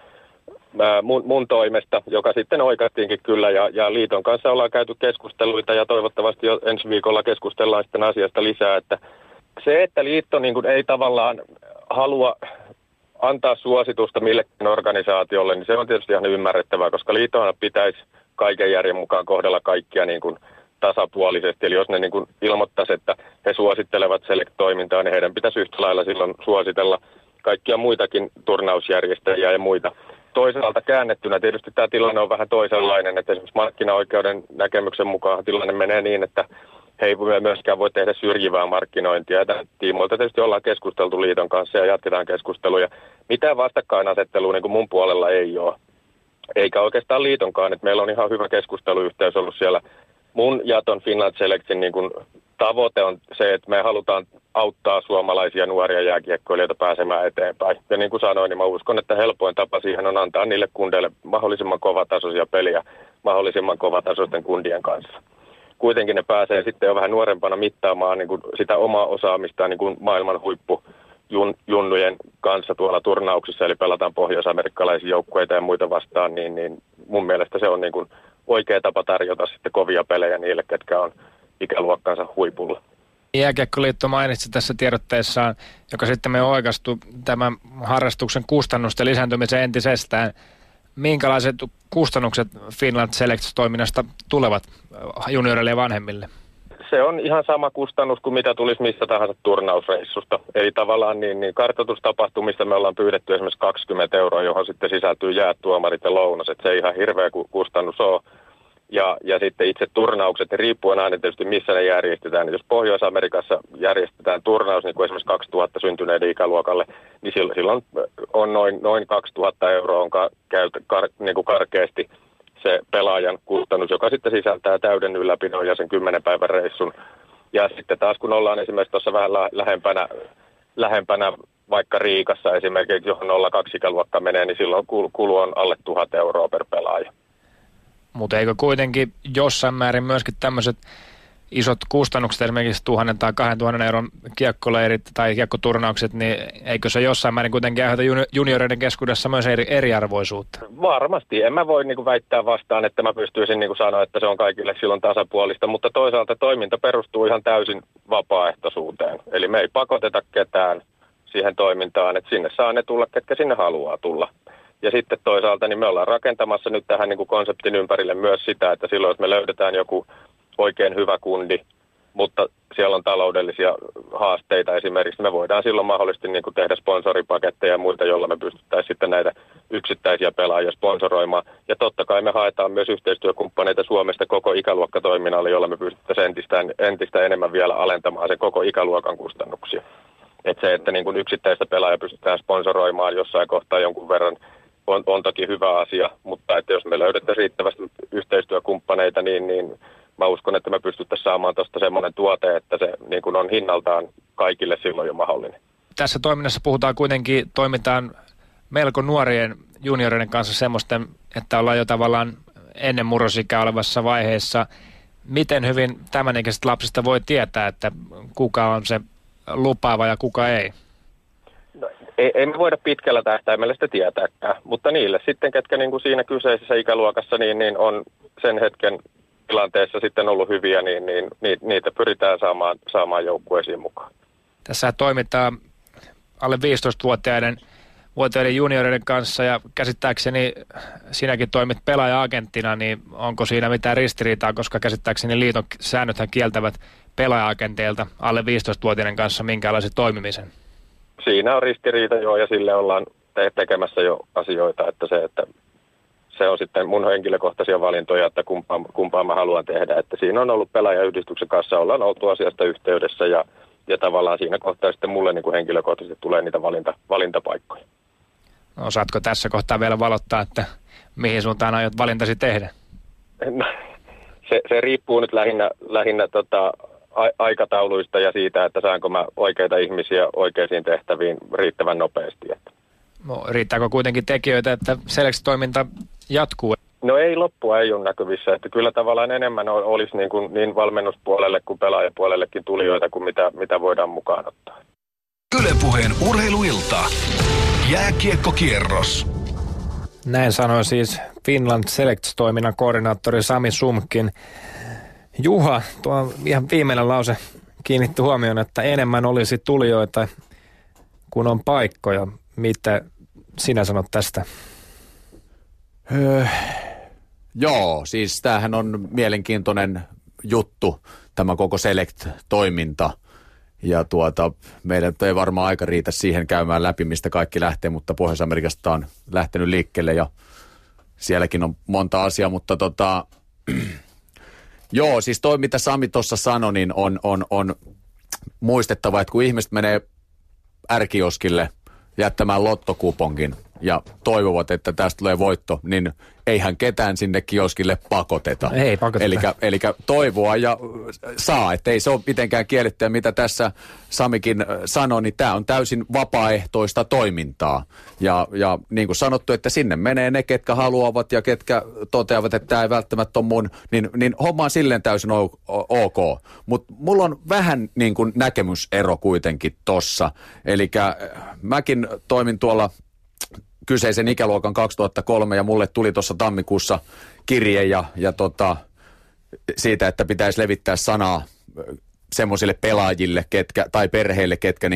mun toimesta, joka sitten oikattiinkin kyllä. Ja liiton kanssa ollaan käyty keskusteluita ja toivottavasti jo ensi viikolla keskustellaan sitten asiasta lisää. Että se, että liitto niin kuin ei tavallaan halua antaa suositusta millekin organisaatiolle, niin se on tietysti ihan ymmärrettävää, koska liittohan pitäisi kaiken järjen mukaan kohdella kaikkia niin kuin tasapuolisesti. Eli jos ne niin kuin ilmoittaisi, että he suosittelevat Select-toimintaa, niin heidän pitäisi yhtä lailla silloin suositella kaikkia muitakin turnausjärjestäjiä ja muita. Toisaalta käännettynä tietysti tämä tilanne on vähän toisenlainen, että esimerkiksi markkinaoikeuden näkemyksen mukaan tilanne menee niin, että he ei myöskään voi tehdä syrjivää markkinointia. Ja tämän tiimoilta tietysti ollaan keskusteltu liiton kanssa ja jatketaan keskusteluja. Mitään vastakkainasettelua niin kuin mun puolella ei ole. Eikä oikeastaan liitonkaan, että meillä on ihan hyvä keskusteluyhteys ollut siellä. Mun ja ton Finland Selectin niin kun tavoite on se, että me halutaan auttaa suomalaisia nuoria jääkiekkoilijoita pääsemään eteenpäin. Ja niin kuin sanoin, niin mä uskon, että helpoin tapa siihen on antaa niille kundeille mahdollisimman kovatasoisia peliä mahdollisimman kovatasoisten kundien kanssa. kuitenkin ne pääsee sitten jo vähän nuorempana mittaamaan niin kuin sitä omaa osaamistaan niin kuin maailman huippujunnujen kanssa tuolla turnauksissa, eli pelataan pohjois-amerikkalaisia joukkueita ja muita vastaan, niin mun mielestä se on niin kuin oikea tapa tarjota sitten kovia pelejä niille, ketkä on ikäluokkansa huipulla. Jääkiekkoliitto mainitsi tässä tiedotteessaan, joka sitten me oikaistu tämän harrastuksen kustannusten lisääntymisen entisestään. Minkälaiset kustannukset Finland Select-toiminnasta tulevat junioreille ja vanhemmille? Se on ihan sama kustannus kuin mitä tulisi missä tahansa turnausreissusta. Eli tavallaan niin kartoitustapahtumista me ollaan pyydetty esimerkiksi 20 €, johon sitten sisältyy jäät, tuomarit ja lounas. Se ei ihan hirveä kustannus ole. Ja sitten itse turnaukset, riippuen aina tietysti missä ne järjestetään. Jos Pohjois-Amerikassa järjestetään turnaus, niin kuin esimerkiksi 2000 syntyneiden ikäluokalle, niin silloin on noin 2000 € on niin kuin karkeasti se pelaajan kustannus, joka sitten sisältää täyden ylläpidon ja sen 10 päivän reissun. Ja sitten taas kun ollaan esimerkiksi tuossa vähän lähempänä vaikka Riikassa esimerkiksi, johon 02 ikäluokka menee, niin silloin kulu on alle 1000 € per pelaaja. Mutta eikö kuitenkin jossain määrin myöskin tämmöiset isot kustannukset, esimerkiksi 1000 tai 2000 € kiekkoleirit tai kiekkoturnaukset, niin eikö se jossain määrin kuitenkin aiheuta junioreiden keskuudessa myös eriarvoisuutta? Varmasti. En mä voi niinku väittää vastaan, että mä pystyisin niinku sanoa, että se on kaikille silloin tasapuolista, mutta toisaalta toiminta perustuu ihan täysin vapaaehtoisuuteen. Eli me ei pakoteta ketään siihen toimintaan, että sinne saa ne tulla, ketkä sinne haluaa tulla. Ja sitten toisaalta niin me ollaan rakentamassa nyt tähän niin kuin konseptin ympärille myös sitä, että silloin jos me löydetään joku oikein hyvä kundi, mutta siellä on taloudellisia haasteita esimerkiksi, me voidaan silloin mahdollisesti niin kuin tehdä sponsoripaketteja ja muita, joilla me pystyttäisiin sitten näitä yksittäisiä pelaajia sponsoroimaan. Ja totta kai me haetaan myös yhteistyökumppaneita Suomesta koko ikäluokkatoiminnalle, jolla me pystyttäisiin entistä enemmän vielä alentamaan sen koko ikäluokan kustannuksia. Että se, että niin kuin yksittäistä pelaajaa pystytään sponsoroimaan jossain kohtaa jonkun verran, on toki hyvä asia, mutta että jos me löydettäisiin riittävästi yhteistyökumppaneita, niin mä uskon, että me pystyttäisiin saamaan tuosta semmoinen tuote, että se niin kuin on hinnaltaan kaikille silloin jo mahdollinen. Tässä toiminnassa toimitaan melko nuorien junioreiden kanssa semmoisten, että ollaan jo tavallaan ennen murrosikää olevassa vaiheessa. Miten hyvin tämänikäiset lapsista voi tietää, että kuka on se lupaava ja kuka ei? No, ei me voida pitkällä tähtäimellä sitä tietääkään, mutta niille sitten, ketkä niin kuin siinä kyseisessä ikäluokassa niin on sen hetken tilanteessa sitten ollut hyviä, niin niitä pyritään saamaan joukkueisiin mukaan. Tässä toimitaan alle 15-vuotiaiden junioreiden kanssa ja käsittääkseni sinäkin toimit pelaaja-agenttina, niin onko siinä mitään ristiriitaa, koska käsittääkseni liiton säännöthän kieltävät pelaaja-agenteilta alle 15-vuotiaiden kanssa minkälaisen toimimisen? Siinä on ristiriita joo, ja sille ollaan tekemässä jo asioita, että se on sitten mun henkilökohtaisia valintoja, että kumpaan mä haluan tehdä. Että siinä on ollut pelaajayhdistyksen kanssa, ollaan oltu asiasta yhteydessä ja tavallaan siinä kohtaa sitten mulle niin kuin henkilökohtaisesti tulee niitä valintapaikkoja. No, osaatko tässä kohtaa vielä valottaa, että mihin suuntaan aiot valintasi tehdä? No, se riippuu nyt lähinnä aikatauluista ja siitä, että saanko mä oikeita ihmisiä oikeisiin tehtäviin riittävän nopeasti. No, riittääkö kuitenkin tekijöitä, että Select-toiminta jatkuu? No ei, loppua ei ole näkyvissä. Että kyllä tavallaan enemmän olisi niin valmennuspuolelle kuin pelaajapuolellekin tulijoita kuin mitä voidaan mukaan ottaa. Yle Puheen urheiluilta. Jääkiekkokierros. Näin sanoi siis Finland Select-toiminnan koordinaattori Sami Sumkin. Juha, tuo ihan viimeinen lause kiinnitti huomioon, että enemmän olisi tulijoita kuin on paikkoja. Mitä sinä sanot tästä? Joo, siis tämähän on mielenkiintoinen juttu, tämä koko Select-toiminta. Ja meidän ei varmaan aika riitä siihen käymään läpi, mistä kaikki lähtee, mutta Pohjois-Amerikasta on lähtenyt liikkeelle ja sielläkin on monta asiaa, mutta joo, siis toi mitä Sami tuossa sanoi, niin on muistettava, että kun ihmiset menee ärkioskille jättämään lottokuponkin, ja toivovat, että tästä tulee voitto, niin eihän ketään sinne kioskille pakoteta. Ei pakoteta. Eli toivoa ja saa, että ei se ole mitenkään kiellettyä, mitä tässä Samikin sanoi, niin tämä on täysin vapaaehtoista toimintaa. Ja niin kuin sanottu, että sinne menee ne, ketkä haluavat ja ketkä toteavat, että tämä ei välttämättä ole mun, niin homma on silleen täysin ok. Mutta mulla on vähän niin kuin näkemysero kuitenkin tossa. Eli mäkin toimin tuolla kyseisen ikäluokan 2003 ja mulle tuli tuossa tammikuussa kirje ja siitä, että pitäisi levittää sanaa semmoisille pelaajille tai perheille,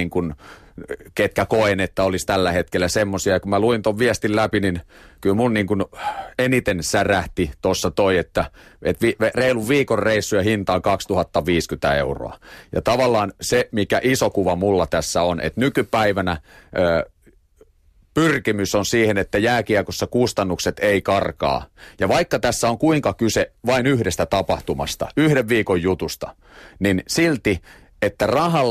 ketkä koen, että olisi tällä hetkellä semmoisia. Ja kun mä luin ton viestin läpi, niin kyllä mun niin kuin eniten särähti tuossa että reilun viikon reissuja hinta on 2050 €. Ja tavallaan se, mikä iso kuva mulla tässä on, että nykypäivänä pyrkimys on siihen, että jääkiekossa kustannukset ei karkaa. Ja vaikka tässä on kuinka kyse vain yhdestä tapahtumasta, 1 viikon jutusta, niin silti, että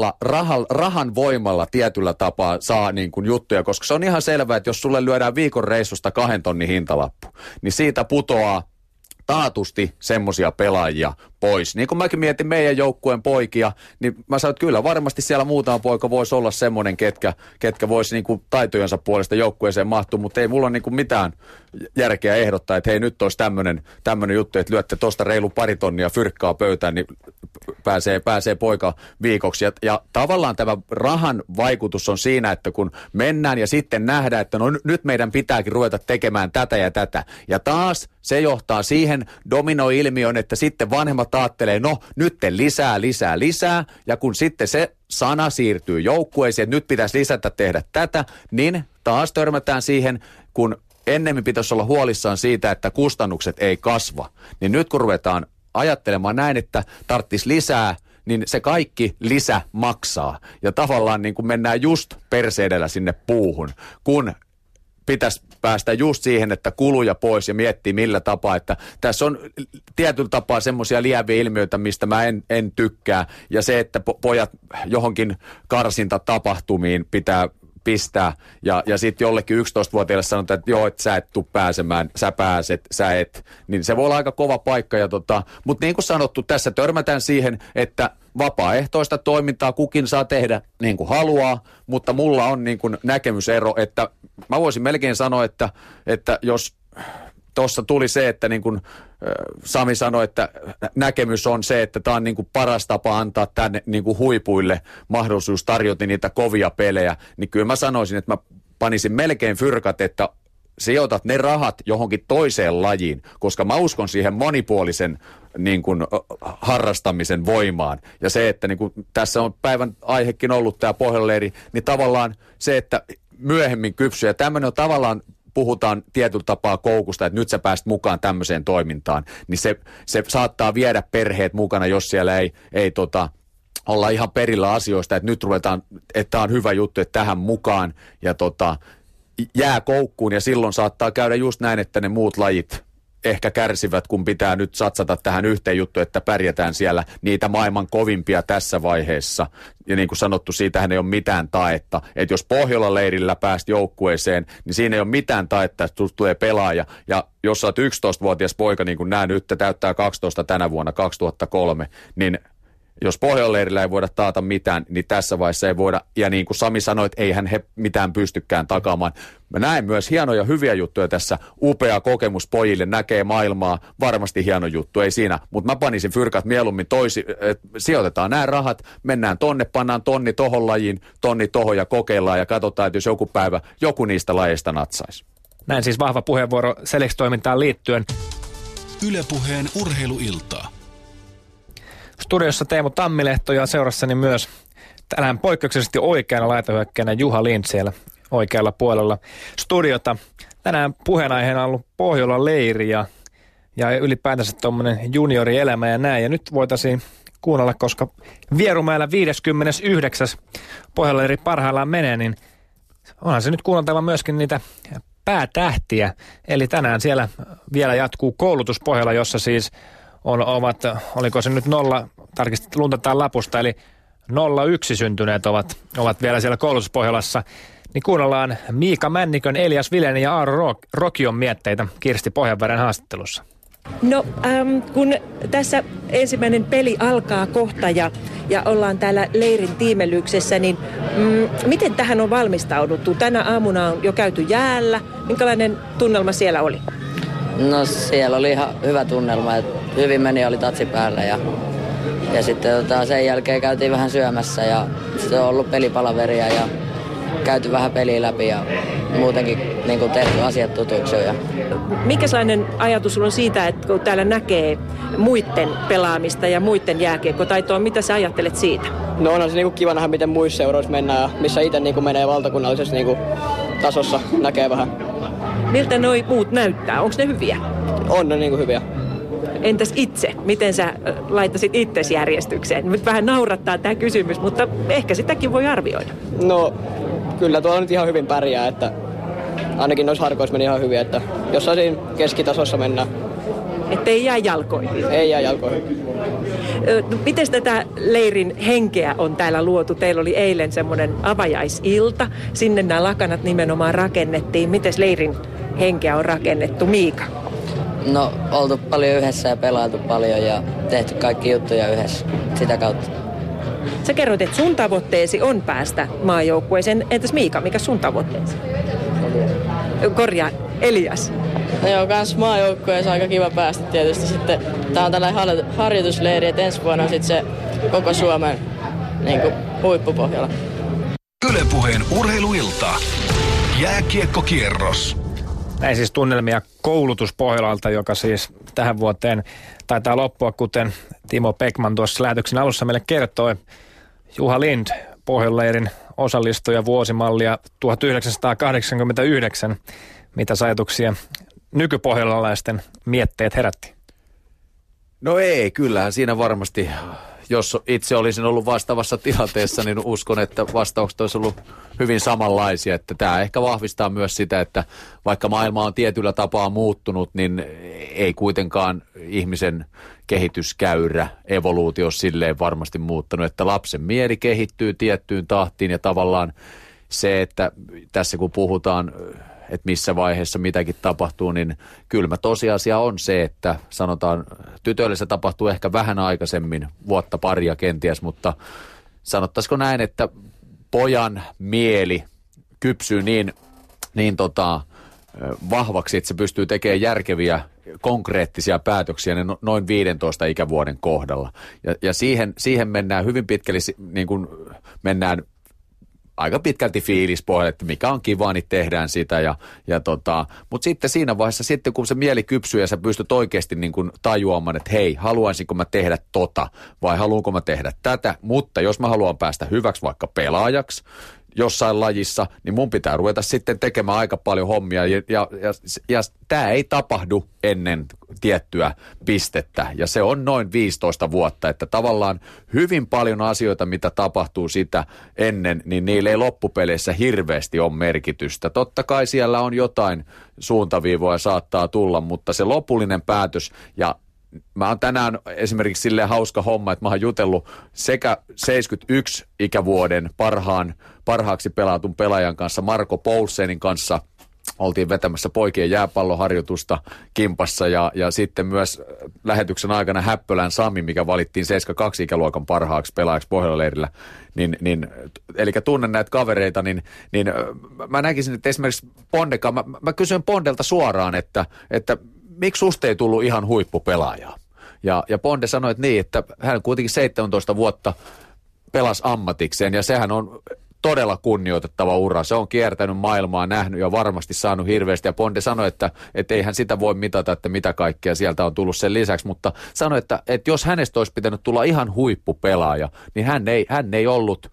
rahan voimalla tietyllä tapaa saa niin kuin juttuja, koska se on ihan selvää, että jos sulle lyödään viikon reissusta 2 tonnin hintalappu, niin siitä putoaa taatusti semmoisia pelaajia pois. Niin kun mäkin mietin meidän joukkueen poikia, niin mä sanoin, että kyllä varmasti siellä muutama poika voisi olla semmoinen, ketkä voisi niin kuin taitojensa puolesta joukkueeseen mahtua, mutta ei mulla niin kuin mitään järkeä ehdottaa, että hei nyt olisi tämmöinen juttu, että lyötte tuosta reilu 2 tonnia fyrkkaa pöytään, niin pääsee poika viikoksi. Ja tavallaan tämä rahan vaikutus on siinä, että kun mennään ja sitten nähdään, että no nyt meidän pitääkin ruveta tekemään tätä ja tätä. Ja taas se johtaa siihen dominoilmiön, että sitten vanhemmat ajattelee, no nyt lisää. Ja kun sitten se sana siirtyy joukkueeseen, että nyt pitäisi lisätä tehdä tätä, niin taas törmätään siihen, kun ennemmin pitäisi olla huolissaan siitä, että kustannukset ei kasva. Niin nyt kun ruvetaan ajattelemaan näin, että tarvitsisi lisää, niin se kaikki lisä maksaa. Ja tavallaan niin kuin mennään just perseedellä sinne puuhun, kun pitäisi päästä just siihen, että kuluja pois ja miettiä millä tapaa, että tässä on tietyllä tapaa semmoisia lieviä ilmiöitä, mistä mä en tykkää. Ja se, että pojat johonkin karsintatapahtumiin pitää pistää ja sitten jollekin 11-vuotiaille sanotaan, että joo, että sä et tule pääsemään, sä pääset, sä et. Niin se voi olla aika kova paikka. Mutta niin kuin sanottu, tässä törmätään siihen, että vapaaehtoista toimintaa kukin saa tehdä niin kuin haluaa, mutta mulla on niin kuin näkemysero, että mä voisin melkein sanoa, että jos tuossa tuli se, että niin kuin Sami sanoi, että näkemys on se, että tämä on niin kuin paras tapa antaa tänne niin kuin huipuille mahdollisuus tarjota niitä kovia pelejä, niin kyllä mä sanoisin, että mä panisin melkein fyrkat, että sijoitat ne rahat johonkin toiseen lajiin, koska mä uskon siihen monipuolisen niin kuin harrastamisen voimaan. Ja se, että niin kuin tässä on päivän aihekin ollut tämä Pohjola-leiri, niin tavallaan se, että myöhemmin kypsyy ja tämmöinen on tavallaan puhutaan tietyllä tapaa koukusta, että nyt sä pääst mukaan tämmöiseen toimintaan, niin se saattaa viedä perheet mukana, jos siellä ei olla ihan perillä asioista, että nyt ruvetaan, että tämä on hyvä juttu, että tähän mukaan ja jää koukkuun ja silloin saattaa käydä just näin, että ne muut lajit ehkä kärsivät, kun pitää nyt satsata tähän yhteen juttuun, että pärjätään siellä niitä maailman kovimpia tässä vaiheessa. Ja niin kuin sanottu, siitähän ei ole mitään taetta. Että jos Pohjola-leirillä pääst joukkueeseen, niin siinä ei ole mitään taetta, että tulee pelaaja. Ja jos sä oot 11-vuotias poika, niin kuin nämä nyt täyttää 12 tänä vuonna, 2003, niin jos Pohjola-leirillä ei voida taata mitään, niin tässä vaiheessa ei voida. Ja niin kuin Sami sanoi, että eihän he mitään pystykään takaamaan. Mä näen myös hienoja hyviä juttuja tässä. Upea kokemus pojille, näkee maailmaa. Varmasti hieno juttu, ei siinä. Mutta mä panisin fyrkat mieluummin sijoitetaan nämä rahat, mennään tonne, pannaan tonni tohon lajiin, tonni tohon ja kokeillaan ja katsotaan, että jos joku päivä joku niistä lajeista natsaisi. Näin siis vahva puheenvuoro Selex-toimintaan liittyen. Yle Puheen urheiluiltaa. Studiossa Teemu Tammilehto ja seurassani myös tänään poikkeuksellisesti oikeana laitahyökkäänä Juha Lind siellä oikealla puolella studiota. Tänään puheenaiheena on ollut Pohjola-leiri ja ylipäätänsä tuommoinen juniorielämä ja näin. Ja nyt voitaisiin kuunnella, koska Vierumäellä 59. Pohjola-leiri parhaillaan menee, niin onhan se nyt kuunneltava myöskin niitä päätähtiä. Eli tänään vielä jatkuu koulutus Pohjola, jossa siis oliko se nyt luntataan lapusta, eli 01 syntyneet ovat vielä siellä koulutuspohjolassa. niin kuunnellaan Miika Männikön, Elias Vilenen ja Aaro Rokion mietteitä Kirsti Pohjanveren haastattelussa. No, kun tässä ensimmäinen peli alkaa kohta ja ollaan täällä leirin tiimelyksessä, niin miten tähän on valmistauduttu? Tänä aamuna on jo käyty jäällä. Minkälainen tunnelma siellä oli? No siellä oli ihan hyvä tunnelma, että hyvin meni, oli tatsi päällä ja sitten sen jälkeen käytiin vähän syömässä ja sitten on ollut pelipalaveria ja käyty vähän peliä läpi ja muutenkin niin kuin tehty asiat tutuiksi. Minkälainen ajatus sulla on siitä, että kun täällä näkee muiden pelaamista ja muiden jääkiekkotaitoa, mitä sä ajattelet siitä? No onhan se kiva nähdä, miten muissa seuroissa mennään ja missä itse menee valtakunnallisessa tasossa, näkee vähän. Miltä noi muut näyttää? Onko ne hyviä? On ne hyviä. Entäs itse? Miten sä laittaisit itsesi järjestykseen? Nyt vähän naurattaa tämä kysymys, mutta ehkä sitäkin voi arvioida. No kyllä tuolla nyt ihan hyvin pärjää, että ainakin noissa harkoissa meni ihan hyvin, että jossain siinä keskitasossa mennään. Että ei jää jalkoihin? Ei jää jalkoihin. Miten tätä leirin henkeä on täällä luotu? Teillä oli eilen semmoinen avajaisilta. Sinne nämä lakanat nimenomaan rakennettiin. Miten leirin henkeä on rakennettu? Miika? No, oltu paljon yhdessä ja pelailtu paljon ja tehty kaikki juttuja yhdessä sitä kautta. Sä kerroit, että sun tavoitteesi on päästä maajoukkueeseen. Entäs Miika, mikä sun tavoitteesi? Korjaa, Elias. No joo, kans maajoukkueessa aika kiva päästä tietysti sitten. Tää on tällainen harjoitusleiri, että ensi vuonna on sitten se koko Suomen huippupohjalla. Yle Puheen urheiluilta. Jääkiekkokierros. Näin siis tunnelmia koulutuspohjalalta, joka siis tähän vuoteen taitaa loppua, kuten Timo Beckman tuossa lähetyksen alussa meille kertoi. Juha Lind, Pohjanleirin osallistuja, vuosimallia 1989. Mitä ajatuksia nykypohjalaisten mietteet herätti? No ei, kyllähän siinä varmasti, jos itse olisin ollut vastaavassa tilanteessa, niin uskon, että vastaukset olisi ollut hyvin samanlaisia. Että tämä ehkä vahvistaa myös sitä, että vaikka maailma on tietyllä tapaa muuttunut, niin ei kuitenkaan ihmisen kehityskäyrä, evoluutio silleen varmasti muuttunut, että lapsen mieli kehittyy tiettyyn tahtiin ja tavallaan se, että tässä kun puhutaan, että missä vaiheessa mitäkin tapahtuu, niin kylmä tosiasia on se, että sanotaan, tytöille se tapahtuu ehkä vähän aikaisemmin, vuotta paria kenties, mutta sanottaisiko näin, että pojan mieli kypsyy niin vahvaksi, että se pystyy tekemään järkeviä, konkreettisia päätöksiä noin 15 ikävuoden kohdalla. Ja siihen mennään hyvin pitkälle, niin kuin mennään aika pitkälti fiilispohjalle, että mikä on kiva, niin tehdään sitä. Mutta sitten siinä vaiheessa, sitten kun se mieli kypsyy ja sä pystyt oikeasti niin kuin tajuamaan, että hei, haluaisinko mä tehdä tota vai haluanko mä tehdä tätä, mutta jos mä haluan päästä hyväksi vaikka pelaajaksi jossain lajissa, niin mun pitää ruveta sitten tekemään aika paljon hommia ja tämä ei tapahdu ennen tiettyä pistettä ja se on noin 15 vuotta, että tavallaan hyvin paljon asioita, mitä tapahtuu sitä ennen, niin niillä ei loppupeleissä hirveästi ole merkitystä. Totta kai siellä on jotain suuntaviivoja saattaa tulla, mutta se lopullinen päätös ja mä oon tänään esimerkiksi silleen hauska homma, että mä oon jutellut sekä 71 ikävuoden parhaaksi pelatun pelaajan kanssa, Marko Poulsenin kanssa, oltiin vetämässä poikien jääpalloharjoitusta kimpassa ja sitten myös lähetyksen aikana Häppölän Sami, mikä valittiin 72 ikäluokan parhaaksi pelaajaksi Pohjola-leirillä, eli tunnen näitä kavereita, niin mä näkisin, että esimerkiksi Pondekaan, mä kysyin Pondelta suoraan, että miksi susta ei tullut ihan huippupelaajaa? Ja Ponde sanoi, että hän kuitenkin 17 vuotta pelasi ammatikseen ja sehän on todella kunnioitettava ura. Se on kiertänyt maailmaa, nähnyt ja varmasti saanut hirveästi. Ja Ponde sanoi, että eihän sitä voi mitata, että mitä kaikkea sieltä on tullut sen lisäksi. Mutta sanoi, että jos hänestä olisi pitänyt tulla ihan huippupelaaja, niin hän ei ollut...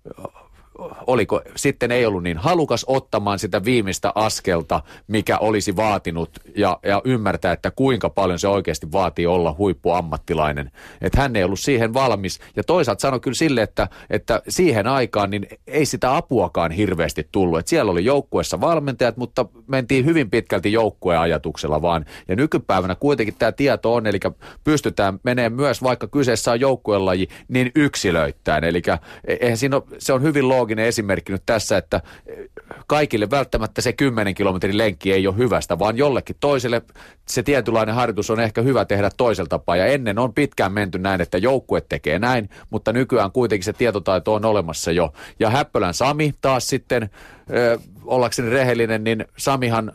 Sitten ei ollut niin halukas ottamaan sitä viimeistä askelta, mikä olisi vaatinut ja ymmärtää, että kuinka paljon se oikeasti vaatii olla huippuammattilainen. Että hän ei ollut siihen valmis. Ja toisaalta sanoi kyllä sille, että siihen aikaan niin ei sitä apuakaan hirveästi tullut. Että siellä oli joukkueessa valmentajat, mutta mentiin hyvin pitkälti joukkueajatuksella vaan. Ja nykypäivänä kuitenkin tämä tieto on, eli pystytään menemään myös, vaikka kyseessä on joukkuelaji, niin yksilöittäin. Eli eihän siinä se on hyvin loogista psykologinen esimerkki nyt tässä, että kaikille välttämättä se 10 kilometrin lenkki ei ole hyvästä, vaan jollekin toiselle se tietynlainen harjoitus on ehkä hyvä tehdä toisella tapaa. Ja ennen on pitkään menty näin, että joukkue tekee näin, mutta nykyään kuitenkin se tietotaito on olemassa jo. Ja Häppölän Sami taas sitten, ollakseni rehellinen, niin Samihan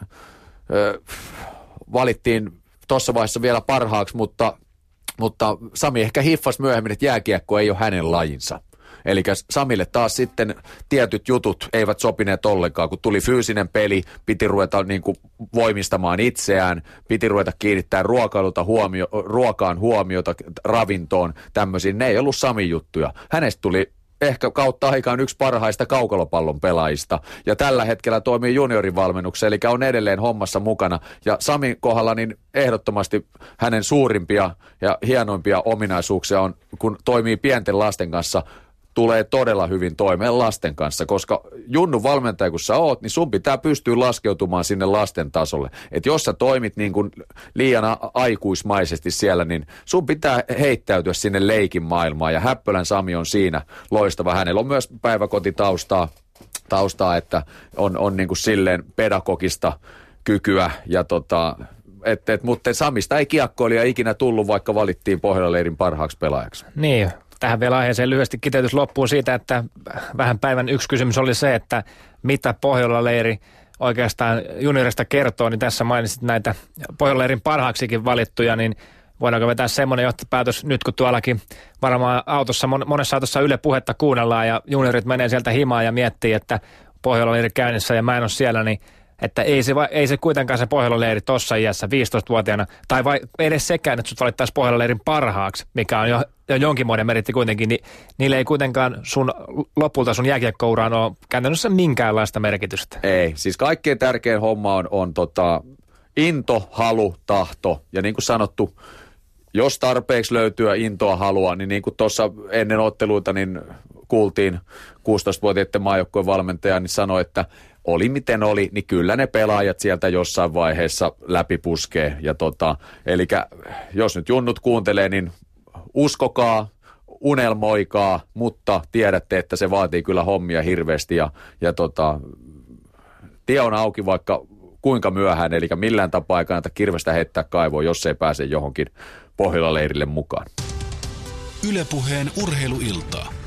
valittiin tuossa vaiheessa vielä parhaaksi, mutta Sami ehkä hiffasi myöhemmin, että jääkiekko ei ole hänen lajinsa. Eli Samille taas sitten tietyt jutut eivät sopineet ollenkaan, kun tuli fyysinen peli, piti ruveta niin kuin voimistamaan itseään, piti ruveta kiinnittämään ruokaan huomiota, ravintoon, tämmöisiin. Ne ei ollut Samin juttuja. Hänestä tuli ehkä kautta aikaan yksi parhaista kaukalopallon pelaajista. Ja tällä hetkellä toimii juniorivalmennuksessa, eli on edelleen hommassa mukana. Ja Samin kohdalla niin ehdottomasti hänen suurimpia ja hienoimpia ominaisuuksia on, kun toimii pienten lasten kanssa, tulee todella hyvin toimeen lasten kanssa, koska Junnun valmentaja kun sä oot, niin sun pitää pystyä laskeutumaan sinne lasten tasolle. Että jos sä toimit niin kuin liian aikuismaisesti siellä, niin sun pitää heittäytyä sinne leikin maailmaan, ja Häppölän Sami on siinä loistava. Hänellä on myös päiväkotitaustaa, että on niin kuin silleen pedagogista kykyä, ja mutta Samista ei kiekkoilija ikinä tullut, vaikka valittiin Pohjola-leirin parhaaksi pelaajaksi. Niin, tähän vielä aiheeseen lyhyesti kiteytys loppuun siitä, että vähän päivän yksi kysymys oli se, että mitä Pohjola-leiri oikeastaan juniorista kertoo, niin tässä mainitsit näitä Pohjola-leirin parhaaksikin valittuja, niin voidaanko vetää semmoinen johtopäätös nyt, kun tuollakin varmaan monessa autossa Yle Puhetta kuunnellaan ja juniorit menee sieltä himaan ja miettii, että Pohjola-leiri käynnissä ja mä en ole siellä, niin että ei se kuitenkaan se Pohjola-leiri tuossa iässä 15-vuotiaana, tai edes sekään, että sut valittaisiin Pohjola-leirin parhaaksi, mikä on jo jonkinmoinen meritti kuitenkin, niin niille ei kuitenkaan lopulta sun jääkiekkouraan ole käytännössä minkäänlaista merkitystä. Ei, siis kaikkein tärkein homma on into, halu, tahto, ja niin kuin sanottu, jos tarpeeksi löytyy intoa, halua, niin kuin tuossa ennen otteluita niin kuultiin 16-vuotiaiden maajoukkueen valmentaja, niin sanoi, että oli miten oli, niin kyllä ne pelaajat sieltä jossain vaiheessa läpi puskee. Ja eli jos nyt junnut kuuntelee, niin uskokaa, unelmoikaa, mutta tiedätte, että se vaatii kyllä hommia hirveästi. Ja tie on auki vaikka kuinka myöhään, eli millään tapaa ei kannata kirvestä heittää kaivoon, jos ei pääse johonkin Pohjola-leirille mukaan. Yle Puheen urheiluiltaa.